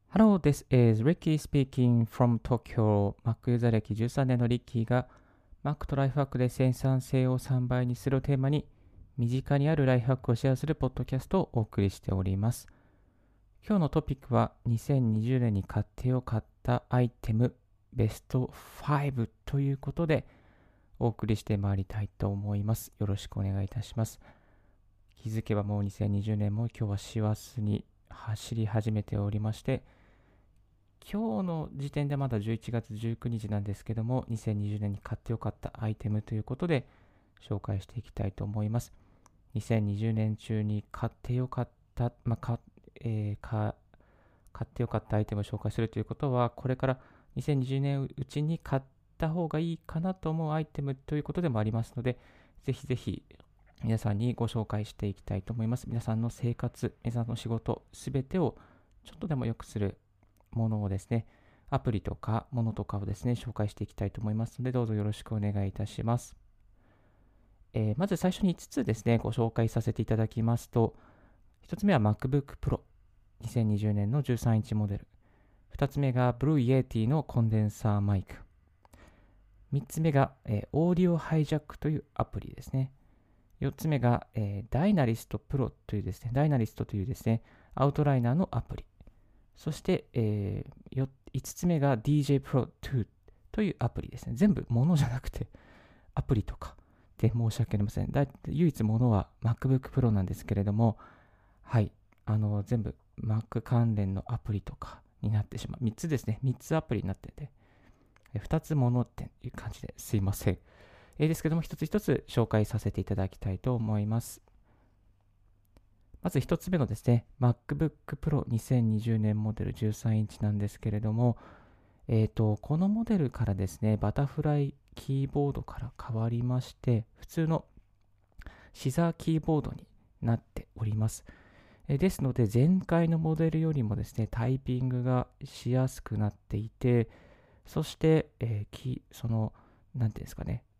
Hello, this is Ricky speaking from Tokyo. Mac ユーザー歴13年のリッキーが Mac とライフハックで生産性を3倍にするをテーマに身近にあるライフハックをシェアするポッドキャストをお送りしております。今日のトピックは2020年に買ってよかったアイテムベスト5ということでお送りしてまいりたいと思います。よろしくお願いいたします。気づけばもう2020年も今日は師走に走り始めておりまして、今日の時点でまだ11月19日なんですけども、2020年に買ってよかったアイテムということで紹介していきたいと思います。2020年中に買ってよかった、買ってよかったアイテムを紹介するということは、これから2020年うちに買った方がいいかなと思うアイテムということでもありますので、ぜひぜひ皆さんにご紹介していきたいと思います。皆さんの生活、皆さんの仕事、すべてをちょっとでも良くするものをですね、アプリとかものとかをですね、紹介していきたいと思いますので、どうぞよろしくお願いいたします。まず最初に5つですね、ご紹介させていただきますと、1つ目は MacBook Pro 2020年の13インチモデル。2つ目が Blue Yeti のコンデンサーマイク。3つ目が、Audio Hijack というアプリですね。4つ目が、Dynalist Pro というですね、Dynalist というですね、アウトライナーのアプリ。そして、5つ目が DJ Pro 2というアプリですね。全部物じゃなくてアプリとかで申し訳ありません。唯一物は MacBook Pro なんですけれども、はい、全部 Mac 関連のアプリとかになってしまう。3つですね。3つアプリになってて、2つ物っていう感じですいません。ですけども、一つ一つ紹介させていただきたいと思います。まず一つ目のですね、MacBook Pro 2020年モデル13インチなんですけれども、このモデルからですね、バタフライキーボードから変わりまして、普通のシザーキーボードになっております。ですので、前回のモデルよりもですね、タイピングがしやすくなっていて、そして、なんていうんですかね、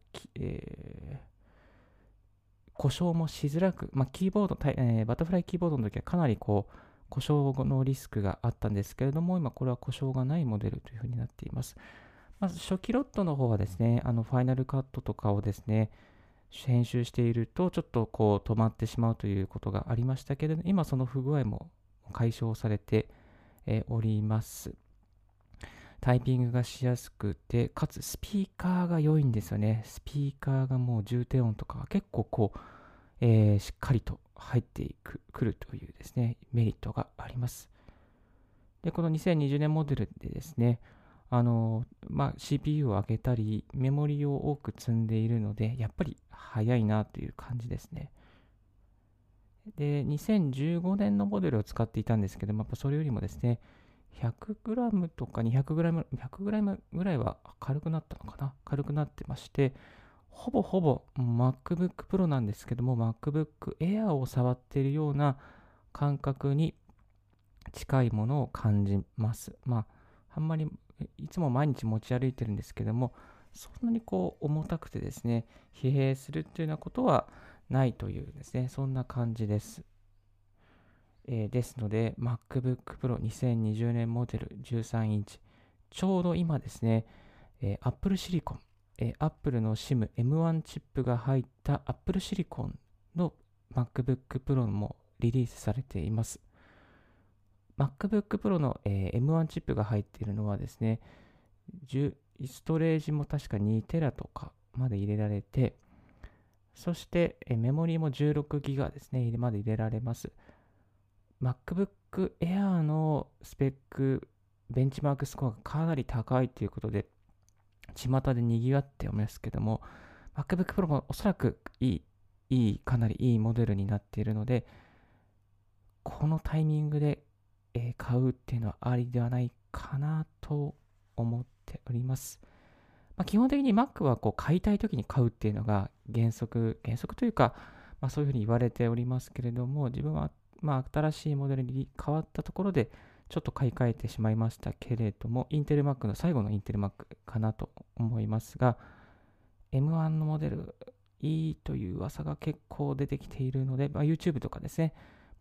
故障もしづらく、キーボード、バタフライキーボードの時はかなり故障のリスクがあったんですけれども、今これは故障がないモデルというふうになっています。まず初期ロットの方はですね、ファイナルカットとかをですね、編集しているとちょっと止まってしまうということがありましたけれど、今その不具合も解消されております。タイピングがしやすくて、かつスピーカーが良いんですよね。スピーカーがもう重低音とかが結構しっかりと入ってくるというですね、メリットがあります。で、この2020年モデルでですね、CPU を上げたり、メモリを多く積んでいるので、やっぱり速いなという感じですね。で、2015年のモデルを使っていたんですけども、やっぱそれよりもですね、100g とか 200g ぐらいは軽くなったのかな、軽くなってまして、ほぼ MacBook Pro なんですけども、MacBook Air を触っているような感覚に近いものを感じます。あんまりいつも毎日持ち歩いてるんですけども、そんなに重たくてですね、疲弊するっていうようなことはないというですね、そんな感じです。ですので、MacBook Pro 2020年モデル13インチ、ちょうど今ですね、Apple Silicon、Apple の SIM M1 チップが入った Apple Silicon の MacBook Pro もリリースされています。MacBook Pro の、M1 チップが入っているのはですね、ストレージも確か2テラとかまで入れられて、そして、メモリも16ギガですね、まで入れられます。MacBook Air のスペック、ベンチマークスコアがかなり高いということで、巷で賑わっておりますけども、MacBook Pro もおそらくかなりいいモデルになっているので、このタイミングで、買うっていうのはありではないかなと思っております。基本的に Mac は買いたい時に買うっていうのが原則というか、そういうふうに言われておりますけれども、自分は新しいモデルに変わったところでちょっと買い替えてしまいましたけれども、インテル Mac の最後のインテル Mac かなと思いますが、M1 のモデルいいという噂が結構出てきているので、YouTube とかですね、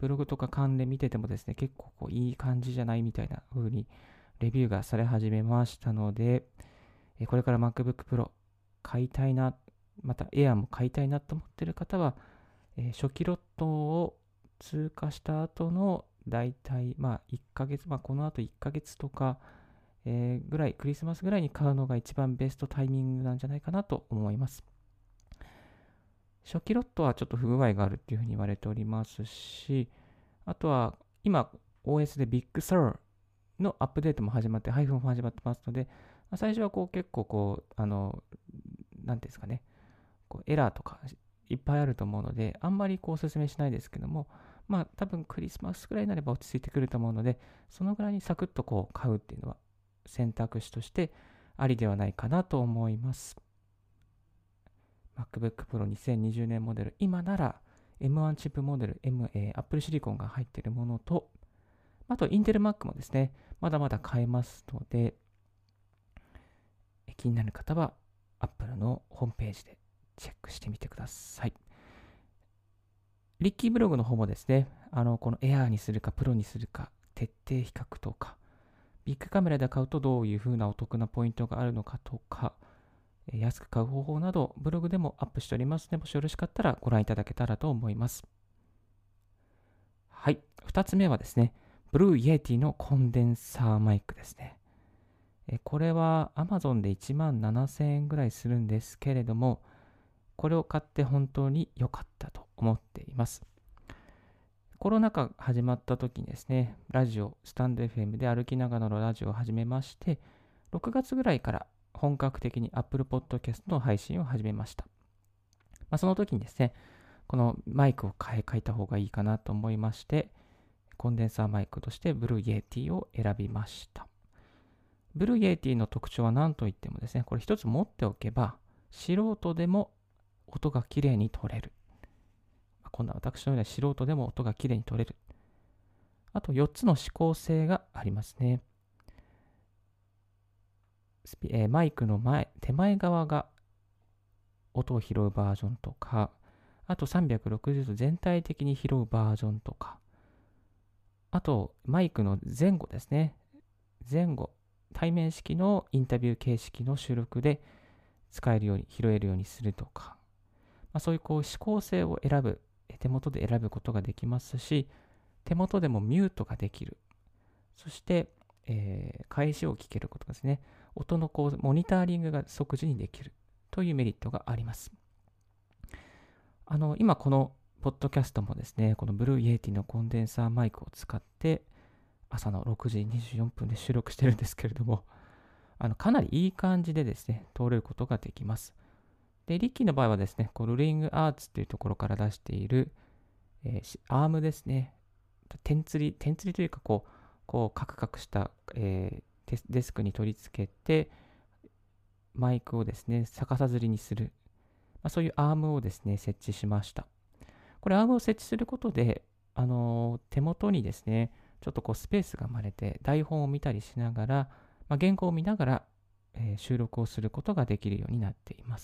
ブログとか関連見ててもですね、結構いい感じじゃないみたいな風にレビューがされ始めましたので、これから MacBook Pro 買いたいな、また Air も買いたいなと思っている方は、初期ロットを通過した後のだいたい1ヶ月、この後1ヶ月とか、ぐらい、クリスマスぐらいに買うのが一番ベストタイミングなんじゃないかなと思います。初期ロットはちょっと不具合があるっていうふうに言われておりますし、あとは今 OS で Big Sur のアップデートも始まって、配布も始まってますので、最初は結構なんていうんですかね、エラーとかいっぱいあると思うので、あんまりお勧めしないですけども、多分クリスマスぐらいになれば落ち着いてくると思うので、そのぐらいにサクッと買うっていうのは選択肢としてありではないかなと思います。MacBook Pro 2020年モデル、今なら M1 チップモデル、Apple Silicon が入っているものと、あと Intel Mac もですね、まだまだ買えますので、気になる方は Apple のホームページでチェックしてみてください。リッキーブログの方もですね、この Air にするか Pro にするか、徹底比較とか、ビッグカメラで買うとどういう風なお得なポイントがあるのかとか、安く買う方法などブログでもアップしておりますので、もしよろしかったらご覧いただけたらと思います。はい、2つ目はですね、Blue Yeti のコンデンサーマイクですね。これは Amazon で17,000円ぐらいするんですけれども、これを買って本当に良かったと思っています。コロナ禍始まった時にですね、ラジオ、スタンド FM で歩きながらのラジオを始めまして、6月ぐらいから本格的に Apple Podcast の配信を始めました。その時にですね、このマイクを買いた方がいいかなと思いまして、コンデンサーマイクとして Blue Yeti を選びました。Blue Yeti の特徴は何といってもですね、これ一つ持っておけば、素人でも音がきれいに取れる。こんな私のような素人でも音がきれいに取れる。あと4つの指向性がありますね。マイクの手前側が音を拾うバージョンとか、あと360度全体的に拾うバージョンとか、あとマイクの前後ですね。前後、対面式のインタビュー形式の収録で使えるように、拾えるようにするとか、そういう指向性を手元で選ぶことができますし、手元でもミュートができる。そして、返しを聞けることですね。音のモニターリングが即時にできるというメリットがあります。今このポッドキャストもですね、この Blue Yeti のコンデンサーマイクを使って朝の6時24分で収録してるんですけれども、かなりいい感じでですね、通れることができます。で、リッキーの場合はですね、ルーリングアーツというところから出している、アームですね、点釣りというかカクカクした、デスクに取り付けて、マイクをですね、逆さずりにする。そういうアームをですね、設置しました。これ、アームを設置することで、手元にですね、ちょっとスペースが生まれて、台本を見たりしながら、原稿を見ながら、収録をすることができるようになっています。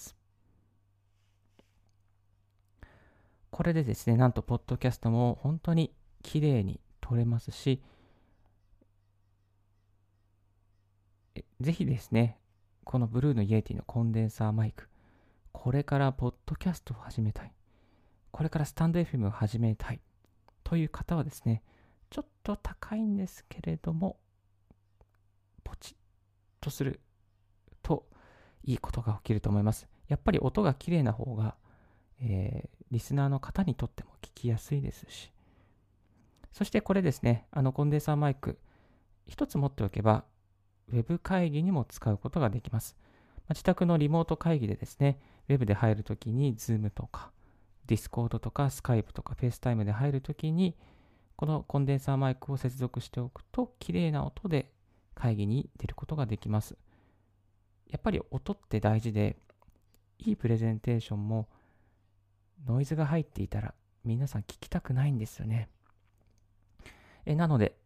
これでですね、なんと、ポッドキャストも本当に綺麗に撮れますし、ぜひですね、このブルーのイエティのコンデンサーマイク、これからポッドキャストを始めたい、これからスタンド FM を始めたいという方はですね、ちょっと高いんですけれども、ポチッとするといいことが起きると思います。やっぱり音が綺麗な方が、リスナーの方にとっても聞きやすいですし、そしてこれですね、コンデンサーマイク、一つ持っておけば、ウェブ会議にも使うことができます。自宅のリモート会議でですね、ウェブで入るときに Zoom とか Discord とか Skype とか FaceTime で入るときに、このコンデンサーマイクを接続しておくと、綺麗な音で会議に出ることができます。やっぱり音って大事で、いいプレゼンテーションもノイズが入っていたら皆さん聞きたくないんですよね。なので、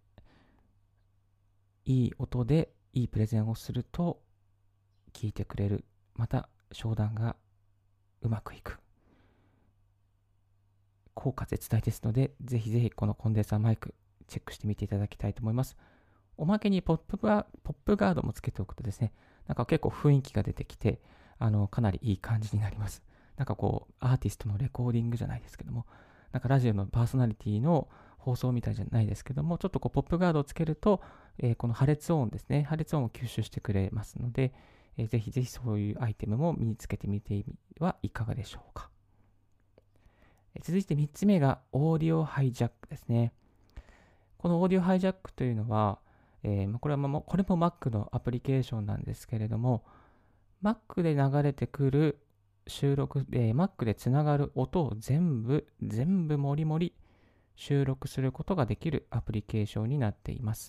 いい音でいいプレゼンをすると聞いてくれる。また商談がうまくいく。 効果絶大ですので、ぜひぜひこのコンデンサーマイクチェックしてみていただきたいと思います。おまけにポップガードもつけておくとですね、なんか結構雰囲気が出てきて、かなりいい感じになります。なんかこう、アーティストのレコーディングじゃないですけども、なんかラジオのパーソナリティの放送みたいじゃないですけども、ちょっとこうポップガードをつけると、この破裂音ですね、破裂音を吸収してくれますので、ぜひぜひそういうアイテムも身につけてみてはいかがでしょうか。続いて3つ目がオーディオハイジャックですね。このオーディオハイジャックというのは、これも Mac のアプリケーションなんですけれども、Mac で流れてくる収録、Mac でつながる音を全部もりもり収録することができるアプリケーションになっています。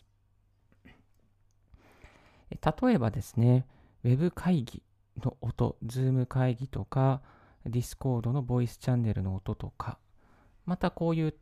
例えばですね、ウェブ会議の音、Zoom 会議とか、Discord のボイスチャンネルの音とか、またこういった、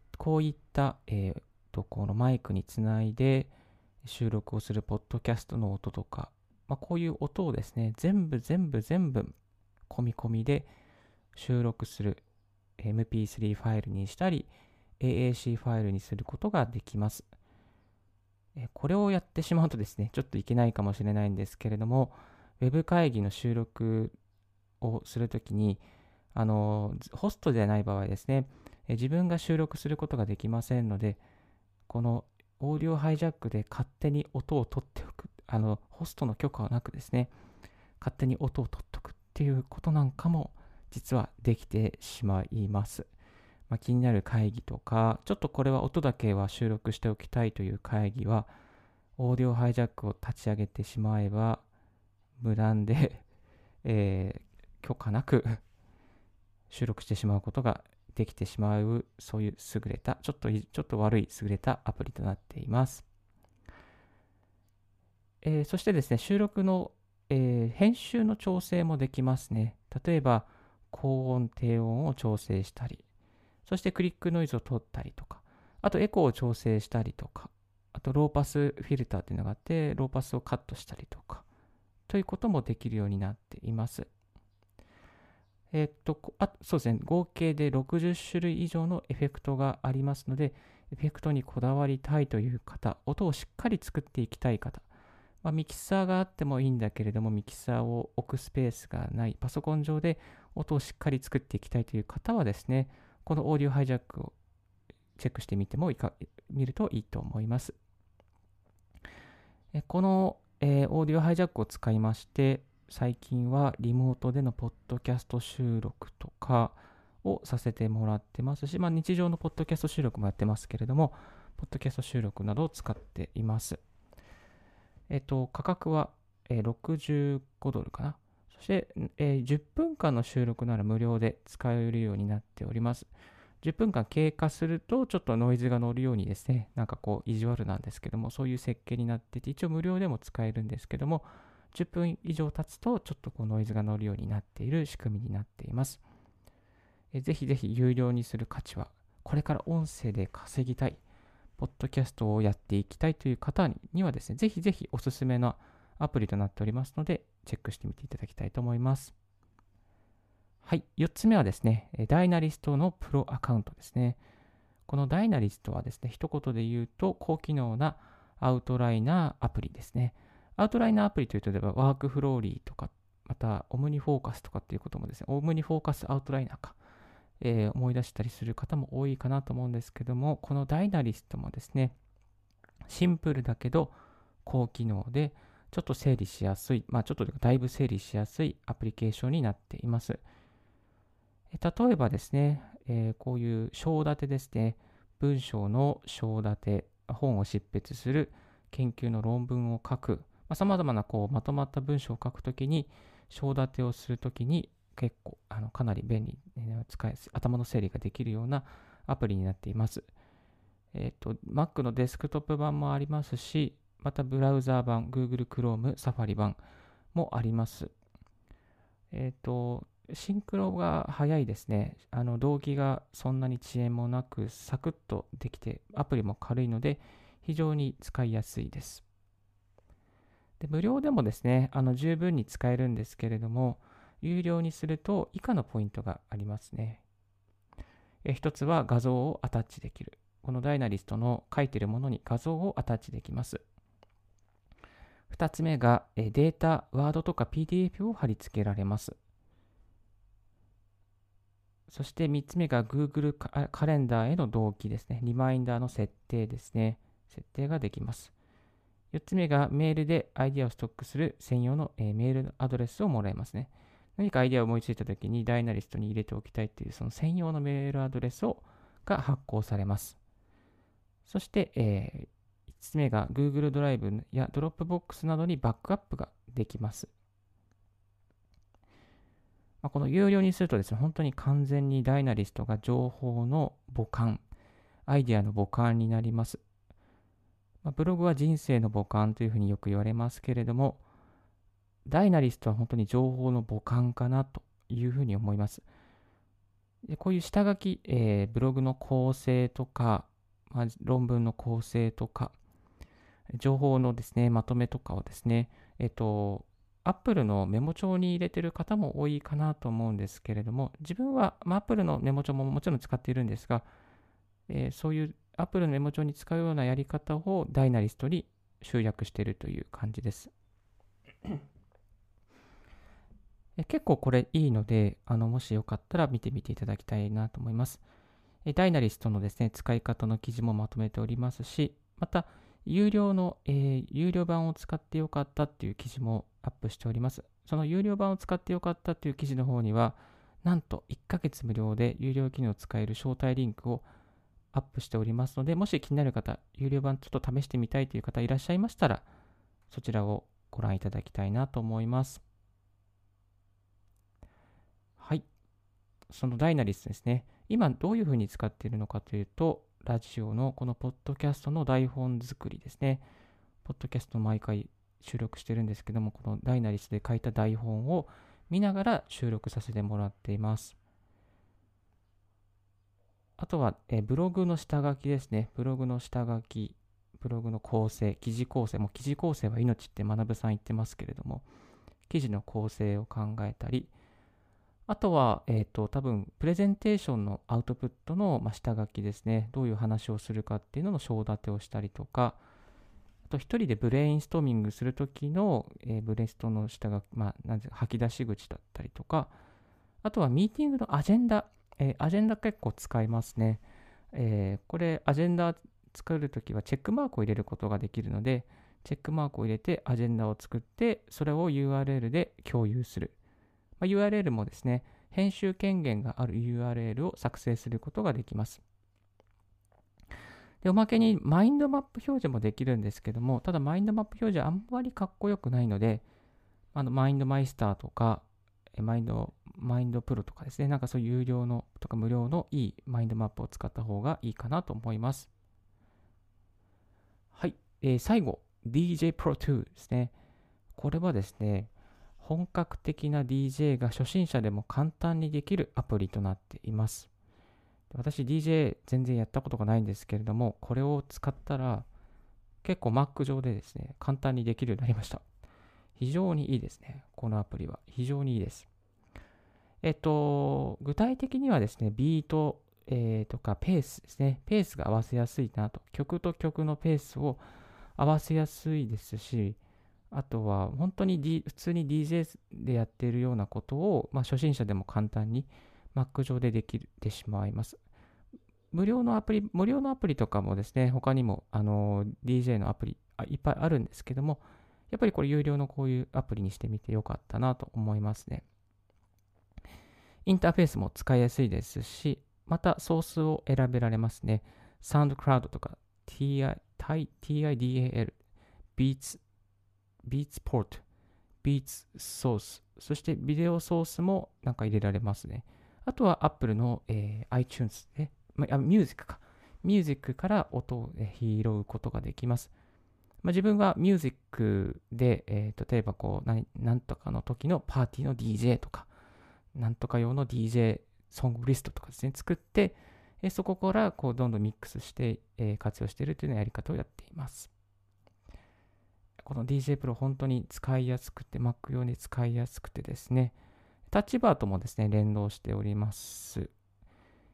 このマイクにつないで収録をするポッドキャストの音とか、こういう音をですね、全部込み込みで収録する MP3 ファイルにしたり、AAC ファイルにすることができます。これをやってしまうとですね、ちょっといけないかもしれないんですけれども、ウェブ会議の収録をするときに、ホストでない場合ですね、自分が収録することができませんので、このオーディオハイジャックで勝手に音を取っておく、ホストの許可はなくですね、勝手に音を取っておくっていうことなんかも実はできてしまいます。気になる会議とか、ちょっとこれは音だけは収録しておきたいという会議は、オーディオハイジャックを立ち上げてしまえば、無断で、許可なく収録してしまうことができてしまう、そういう優れた、ちょっと悪い優れたアプリとなっています。そしてですね、収録の、編集の調整もできますね。例えば、高音、低音を調整したり、そしてクリックノイズを取ったりとか、あとエコーを調整したりとか、あとローパスフィルターっていうのがあって、ローパスをカットしたりとか、ということもできるようになっています。そうですね、合計で60種類以上のエフェクトがありますので、エフェクトにこだわりたいという方、音をしっかり作っていきたい方、ミキサーがあってもいいんだけれども、ミキサーを置くスペースがない、パソコン上で音をしっかり作っていきたいという方はですね、このオーディオハイジャックをチェックしてみるといいと思います。この、オーディオハイジャックを使いまして、最近はリモートでのポッドキャスト収録とかをさせてもらってますし、日常のポッドキャスト収録もやってますけれども、ポッドキャスト収録などを使っています。価格は、$65かな。そして、10分間の収録なら無料で使えるようになっております。10分間経過すると、ちょっとノイズが乗るようにですね、なんかこう、意地悪なんですけども、そういう設計になってて、一応無料でも使えるんですけども、10分以上経つと、ちょっとこうノイズが乗るようになっている仕組みになっています。ぜひぜひ有料にする価値は、これから音声で稼ぎたい、ポッドキャストをやっていきたいという方にはですね、ぜひぜひおすすめのアプリとなっておりますので、チェックしてみていただきたいと思います。はい、4つ目はですね、ダイナリストのプロアカウントですね。このダイナリストはですね、一言で言うと、高機能なアウトライナーアプリですね。アウトライナーアプリというと、例えばワークフローリーとか、またオムニフォーカスとかっていうこともですね、オムニフォーカスアウトライナーか、思い出したりする方も多いかなと思うんですけども、このダイナリストもですね、シンプルだけど高機能で、ちょっと整理しやすい、ちょっとだいぶ整理しやすいアプリケーションになっています。例えばですね、こういう章立てですね、文章の章立て、本を執筆する、研究の論文を書く、さまざまなこうまとまった文章を書くときに、章立てをするときに結構かなり便利、使いやすい、頭の整理ができるようなアプリになっています。Mac のデスクトップ版もありますし、またブラウザー版、Google Chrome、Safari 版もあります。シンクロが早いですね。同期がそんなに遅延もなく、サクッとできて、アプリも軽いので、非常に使いやすいです。で無料でもですね、十分に使えるんですけれども、有料にすると以下のポイントがありますね。 一つは画像をアタッチできる。このダイナリストの書いているものに画像をアタッチできます。二つ目がデータ、ワードとか PDF を貼り付けられます。そして3つ目が Google カレンダーへの同期ですね。リマインダーの設定ですね。設定ができます。4つ目がメールでアイデアをストックする専用のメールアドレスをもらえますね。何かアイデアを思いついたときにダイナリストに入れておきたいというその専用のメールアドレスが発行されます。そして、5つ目が Google ドライブや Dropbox などにバックアップができます。この有料にするとですね、本当に完全にダイナリストが情報の母艦、アイデアの母艦になります。ブログは人生の母艦というふうによく言われますけれども、ダイナリストは本当に情報の母艦かなというふうに思います。でこういう下書き、ブログの構成とか、論文の構成とか、情報のですね、まとめとかをですね、Apple のメモ帳に入れている方も多いかなと思うんですけれども、自分は、Apple のメモ帳ももちろん使っているんですが、そういう Apple のメモ帳に使うようなやり方をダイナリストに集約しているという感じです。結構これいいので、もしよかったら見てみていただきたいなと思います。ダイナリストのですね、使い方の記事もまとめておりますし、また、有料版を使ってよかったっていう記事もアップしております。その有料版を使ってよかったっていう記事の方には、なんと1ヶ月無料で有料機能を使える招待リンクをアップしておりますので、もし気になる方、有料版ちょっと試してみたいという方いらっしゃいましたら、そちらをご覧いただきたいなと思います。はい。そのダイナリストですね。今どういうふうに使っているのかというと、ラジオのこのポッドキャストの台本作りですね。ポッドキャスト毎回収録してるんですけども、このダイナリストで書いた台本を見ながら収録させてもらっています。あとは、ブログの下書きですね。ブログの下書き、ブログの構成、記事構成、もう記事構成は命って学さん言ってますけれども、記事の構成を考えたり、あとは、多分、プレゼンテーションのアウトプットの、下書きですね。どういう話をするかっていうのの章立てをしたりとか、あと、一人でブレインストーミングするときの、ブレストの下書き、吐き出し口だったりとか、あとは、ミーティングのアジェンダ、アジェンダ結構使いますね。これ、アジェンダ作るときはチェックマークを入れることができるので、チェックマークを入れてアジェンダを作って、それを URL で共有する。URL もですね、編集権限がある URL を作成することができます。で、おまけにマインドマップ表示もできるんですけども、ただマインドマップ表示はあんまりかっこよくないので、マインドマイスターとか、マインドプロとかですね、なんかそういう有料のとか無料のいいマインドマップを使った方がいいかなと思います。はい、最後、DJ Pro 2ですね。これはですね、本格的な DJ が初心者でも簡単にできるアプリとなっています。私 DJ 全然やったことがないんですけれども、これを使ったら結構 Mac 上でですね、簡単にできるようになりました。非常にいいですね。このアプリは非常にいいです。具体的にはですね、ビート、とかペースですね。ペースが合わせやすいなと。曲と曲のペースを合わせやすいですし、あとは本当に、普通に DJ でやっているようなことを、初心者でも簡単に Mac 上でできてしまいます。無料のアプリとかもですね、他にもDJ のアプリいっぱいあるんですけども、やっぱりこれ有料のこういうアプリにしてみてよかったなと思いますね。インターフェースも使いやすいですし、またソースを選べられますね。SoundCloud とか TIDAL、Beatsport、Beats Source、そしてビデオソースもなんか入れられますね。あとは Apple の、iTunes で、Music か。Music から音を拾うことができます。自分は Music で、例えばこうなんとかの時のパーティーの DJ とか、なんとか用の DJ ソングリストとかですね、作って、そこからこうどんどんミックスして、活用しているというようなやり方をやっています。この DJ Pro 本当に使いやすくて、Mac 用に使いやすくてですね、タッチバーともですね、連動しております。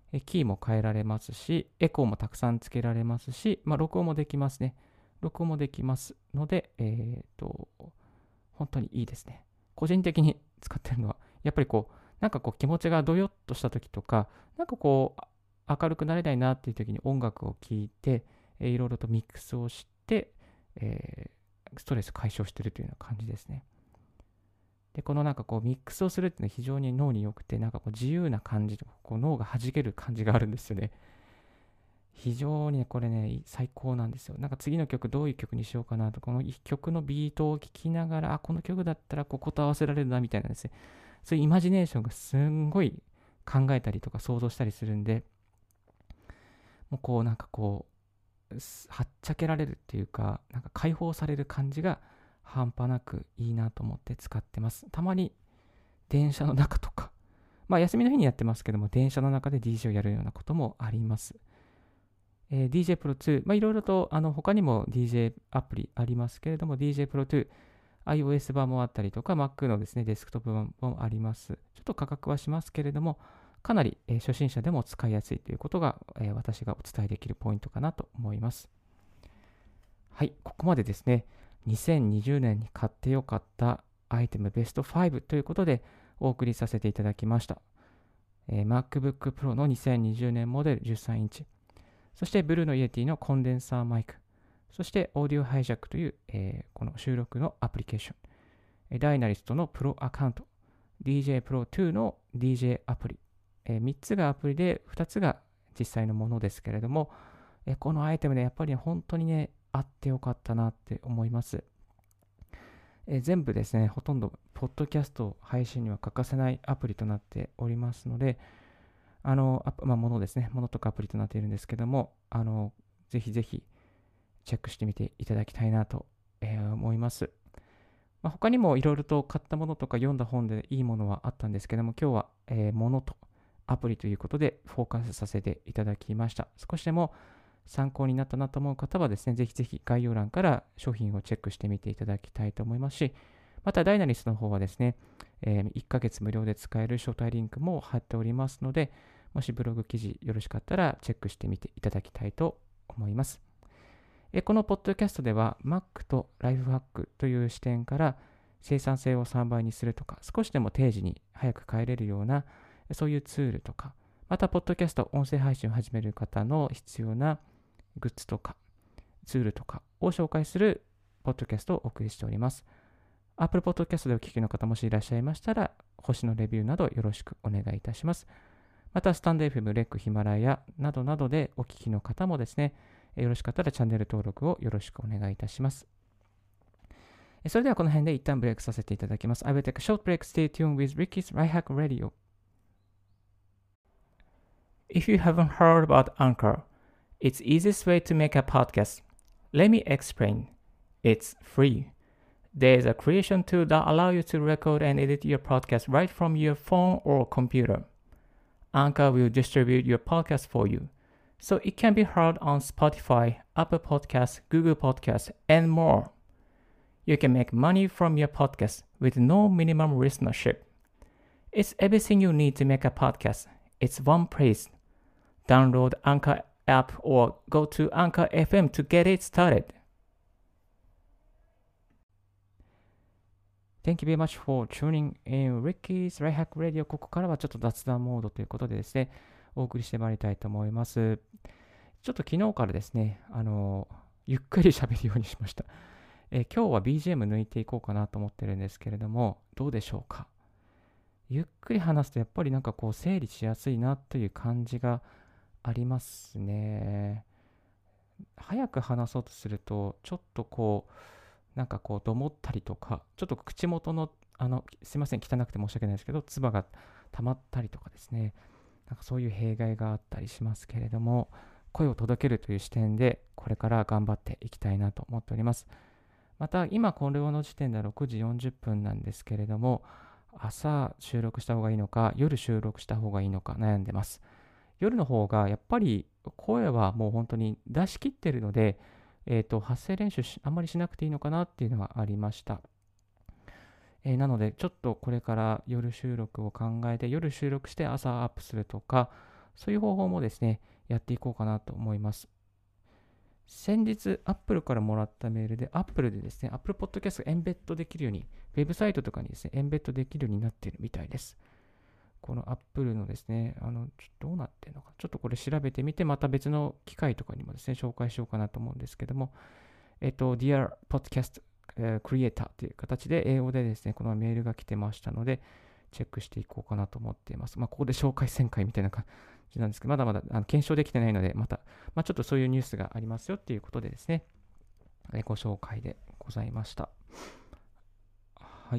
キーも変えられますし、エコーもたくさんつけられますし、録音もできますね。録音もできますので、本当にいいですね。個人的に使ってるのは、やっぱりなんか気持ちがどよっとした時とか、なんか明るくなれないなっていう時に音楽を聴いて、いろいろとミックスをして、ストレス解消してるというような感じですね。で、このなんかミックスをするっていうのは非常に脳に良くて、なんか自由な感じ、脳が弾ける感じがあるんですよね。非常にこれね、最高なんですよ。なんか次の曲どういう曲にしようかなと、この曲のビートを聴きながら、この曲だったらここと合わせられるなみたいなですね、そういうイマジネーションがすんごい考えたりとか想像したりするんで、もうなんかはっちゃけられるっていうか、なんか解放される感じが半端なくいいなと思って使ってます。たまに電車の中とか、休みの日にやってますけども、電車の中で DJ をやるようなこともあります。DJ Pro 2、いろいろと他にも DJ アプリありますけれども、DJ Pro 2、iOS 版もあったりとか、Mac のですね、デスクトップ版もあります。ちょっと価格はしますけれども、かなり、初心者でも使いやすいということが、私がお伝えできるポイントかなと思います。はい、ここまでですね、2020年に買ってよかったアイテムベスト5ということでお送りさせていただきました。MacBook Pro の2020年モデル13インチ、そしてブルーのイエティのコンデンサーマイク、そしてオーディオハイジャックという、この収録のアプリケーション、ダイナリストのプロアカウント、DJ Pro 2の DJ アプリ、3つがアプリで2つが実際のものですけれども、このアイテムでやっぱり本当にね、あってよかったなって思います。全部ですね、ほとんどポッドキャスト配信には欠かせないアプリとなっておりますので、ものですね、ものとかアプリとなっているんですけども、ぜひぜひチェックしてみていただきたいなと、思います。他にもいろいろと買ったものとか読んだ本でいいものはあったんですけども、今日は、ものとアプリということでフォーカスさせていただきました。少しでも参考になったなと思う方はですね、ぜひぜひ概要欄から商品をチェックしてみていただきたいと思いますし、またダイナリストの方はですね、1ヶ月無料で使える招待リンクも貼っておりますので、もしブログ記事よろしかったらチェックしてみていただきたいと思います。このポッドキャストでは Mac とライフハックという視点から生産性を3倍にするとか、少しでも定時に早く帰れるようなそういうツールとか、またポッドキャスト音声配信を始める方の必要なグッズとかツールとかを紹介するポッドキャストをお送りしております。Apple Podcast でお聞きの方もしいらっしゃいましたら、星のレビューなどよろしくお願いいたします。また、スタンド FM、レック、ヒマラヤなどなどでお聞きの方もですね、よろしかったらチャンネル登録をよろしくお願いいたします。それではこの辺で一旦ブレイクさせていただきます。I will take a short break. Stay tuned with Ricky's Right Hack Radio. If you haven't heard about Anchor, it's the easiest way to make a podcast. Let me explain. It's free. There is a creation tool that allows you to record and edit your podcast right from your phone or computer. Anchor will distribute your podcast for you, so it can be heard on Spotify, Apple Podcasts, Google Podcasts, and more. You can make money from your podcast with no minimum listenership. It's everything you need to make a podcast. It's one place. Download Anchor app or go to Anchor FM to get it started. Thank you very much for tuning in Ricky's Right Hack Radio. ここからはちょっと雑談モードということでですね、お送りしてまいりたいと思います。ちょっと昨日からですね、ゆっくり喋るようにしました。今日は BGM 抜いていこうかなと思ってるんですけれども、どうでしょうか。ゆっくり話すとやっぱりなんか整理しやすいなという感じがありますね。早く話そうとすると、ちょっとなんかどもったりとか、ちょっと口元の、すいません、汚くて申し訳ないですけど、唾が溜まったりとかですね、なんかそういう弊害があったりしますけれども、声を届けるという視点で、これから頑張っていきたいなと思っております。また、今、これの時点では6時40分なんですけれども、朝収録した方がいいのか、夜収録した方がいいのか悩んでます。夜の方が、やっぱり声はもう本当に出し切ってるので、発声練習あんまりしなくていいのかなっていうのがありました。なので、ちょっとこれから夜収録を考えて、夜収録して朝アップするとか、 そういう方法もですね、やっていこうかなと思います。先日、Apple からもらったメールで、Apple でですね、Apple Podcast がエンベッドできるように、ウェブサイトとかにですね、エンベッドできるようになっているみたいです。この Apple のですね、どうなってるのか、ちょっとこれ調べてみて、また別の機会とかにもですね、紹介しようかなと思うんですけども、Dear Podcast Creator という形で、英語でですね、このメールが来てましたので、チェックしていこうかなと思っています。ここで紹介1000回みたいな感じなんですけど、まだまだ検証できてないので、また、ちょっとそういうニュースがありますよっていうことでですね、ご紹介でございました。はい。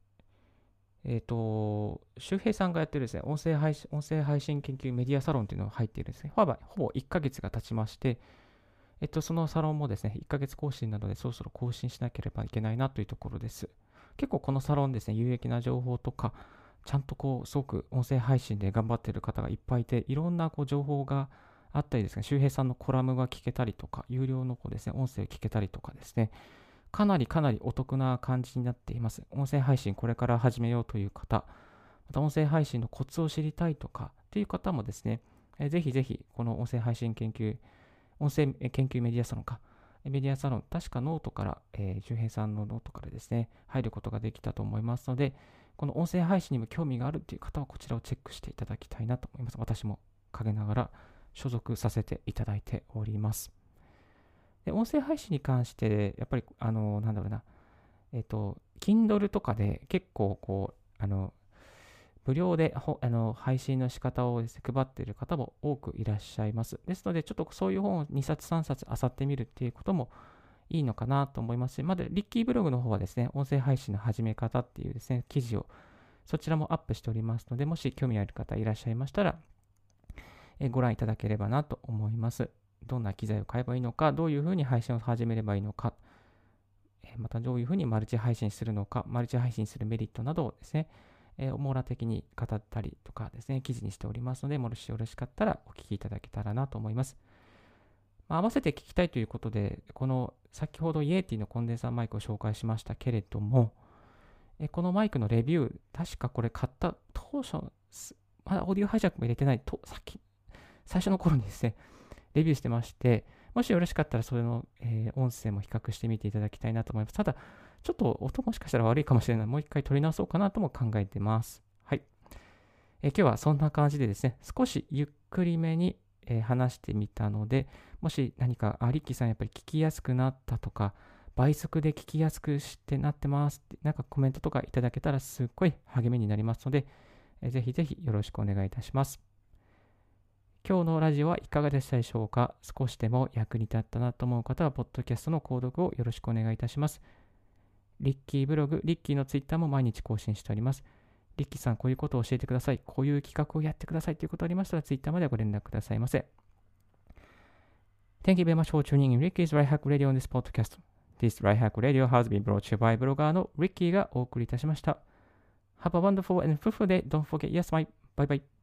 周平さんがやってるですね、音声配信研究メディアサロンというのが入っているんですね。ほぼ1ヶ月が経ちまして、そのサロンもですね、1ヶ月更新なので、そろそろ更新しなければいけないなというところです。結構このサロンですね、有益な情報とか、ちゃんとすごく音声配信で頑張っている方がいっぱいいて、いろんな情報があったりですね、周平さんのコラムが聞けたりとか、有料のですね、音声聞けたりとかですね、かなりお得な感じになっています。音声配信これから始めようという方、また音声配信のコツを知りたいとかっていう方もですね、ぜひぜひこの音声配信研究、音声研究メディアサロンか、メディアサロン、確かノートから、周平さんのノートからですね、入ることができたと思いますので、この音声配信にも興味があるという方はこちらをチェックしていただきたいなと思います。私も陰ながら所属させていただいております。で、音声配信に関して、やっぱり、なんだろうな、Kindle とかで結構無料で配信の仕方をですね、配っている方も多くいらっしゃいます。ですので、ちょっとそういう本を2冊3冊漁ってみるっていうこともいいのかなと思いますし、まだリッキーブログの方はですね、音声配信の始め方っていうですね、記事をそちらもアップしておりますので、もし興味ある方いらっしゃいましたら、ご覧いただければなと思います。どんな機材を買えばいいのか、どういうふうに配信を始めればいいのか、またどういうふうにマルチ配信するのか、マルチ配信するメリットなどをですね、網羅的に語ったりとかですね、記事にしておりますので、もしよろしかったらお聞きいただけたらなと思います。合わせて聞きたいということで、この先ほどイエーティのコンデンサーマイクを紹介しましたけれども、このマイクのレビュー、確かこれ買った当初、まだオーディオハイジャックも入れてないと、最初の頃にですね、レビューしてまして、もしよろしかったらそれの、音声も比較してみていただきたいなと思います。ただ、ちょっと音もしかしたら悪いかもしれないので、もう一回取り直そうかなとも考えてます。はい。今日はそんな感じでですね、少しゆっくりめに、話してみたので、もし何か、リッキーさんやっぱり聞きやすくなったとか、倍速で聞きやすくしてなってますって、なんかコメントとかいただけたらすっごい励みになりますので、ぜひぜひよろしくお願いいたします。今日のラジオはいかがでしたでしょうか。少しでも役に立ったなと思う方は、ポッドキャストの購読をよろしくお願いいたします。リッキーブログ、リッキーのツイッターも毎日更新しております。リッキーさん、こういうことを教えてください。こういう企画をやってくださいということがありましたら、ツイッターまでご連絡くださいませ。Thank you very much for tuning in Ricky's Right Hack Radio on this podcast.This Right Hack Radio has been brought to you by ブロガーの Ricky がお送りいたしました。Have a wonderful and fruitful day. Don't forget, yes, my. Bye bye.